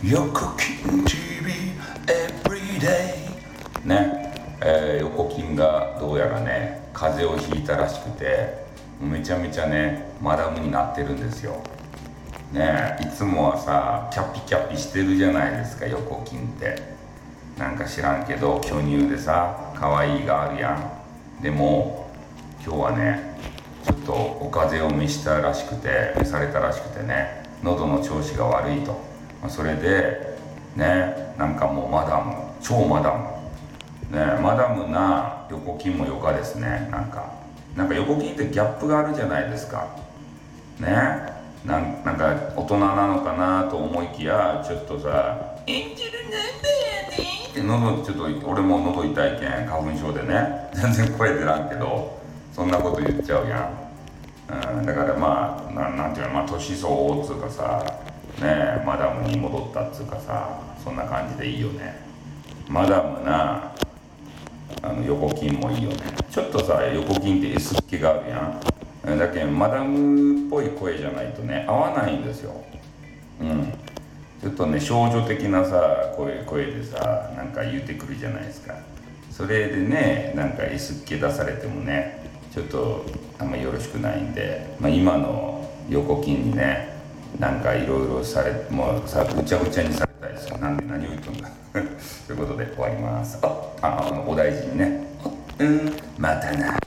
横金 TV Everyday ね、横金がどうやらね風邪をひいたらしくてめちゃめちゃねマダムになってるんですよね。いつもはさキャピキャピしてるじゃないですか横金って。なんか知らんけど巨乳でさ可愛いがあるやん。でも今日はねちょっとお風邪を召されたらしくてね、喉の調子が悪いと。それでね、なんかもう超マダムね、マダムな横金もよかですね。なんか横金ってギャップがあるじゃないですかね。なんか大人なのかなと思いきやちょっとさ「エンジェルなんだよね」ってちょっと俺も喉痛いけん花粉症でね全然声出らんけどそんなこと言っちゃうやん。だからなんていうの、年相応っつうかさね、マダムに戻ったっつうかさ、そんな感じでいいよね。マダムな横金もいいよね。ちょっとさ横金って S っ気があるやん。だけどマダムっぽい声じゃないとね合わないんですよ。ちょっとね少女的なさ声でさなんか言うてくるじゃないですか。それでねなんか S っ気出されてもねちょっとあんまよろしくないんで、今の横金にねなんかいろいろもうさぐちゃぐちゃにされたいですよ。何を言っとんだということで終わります。お大事にね。またな。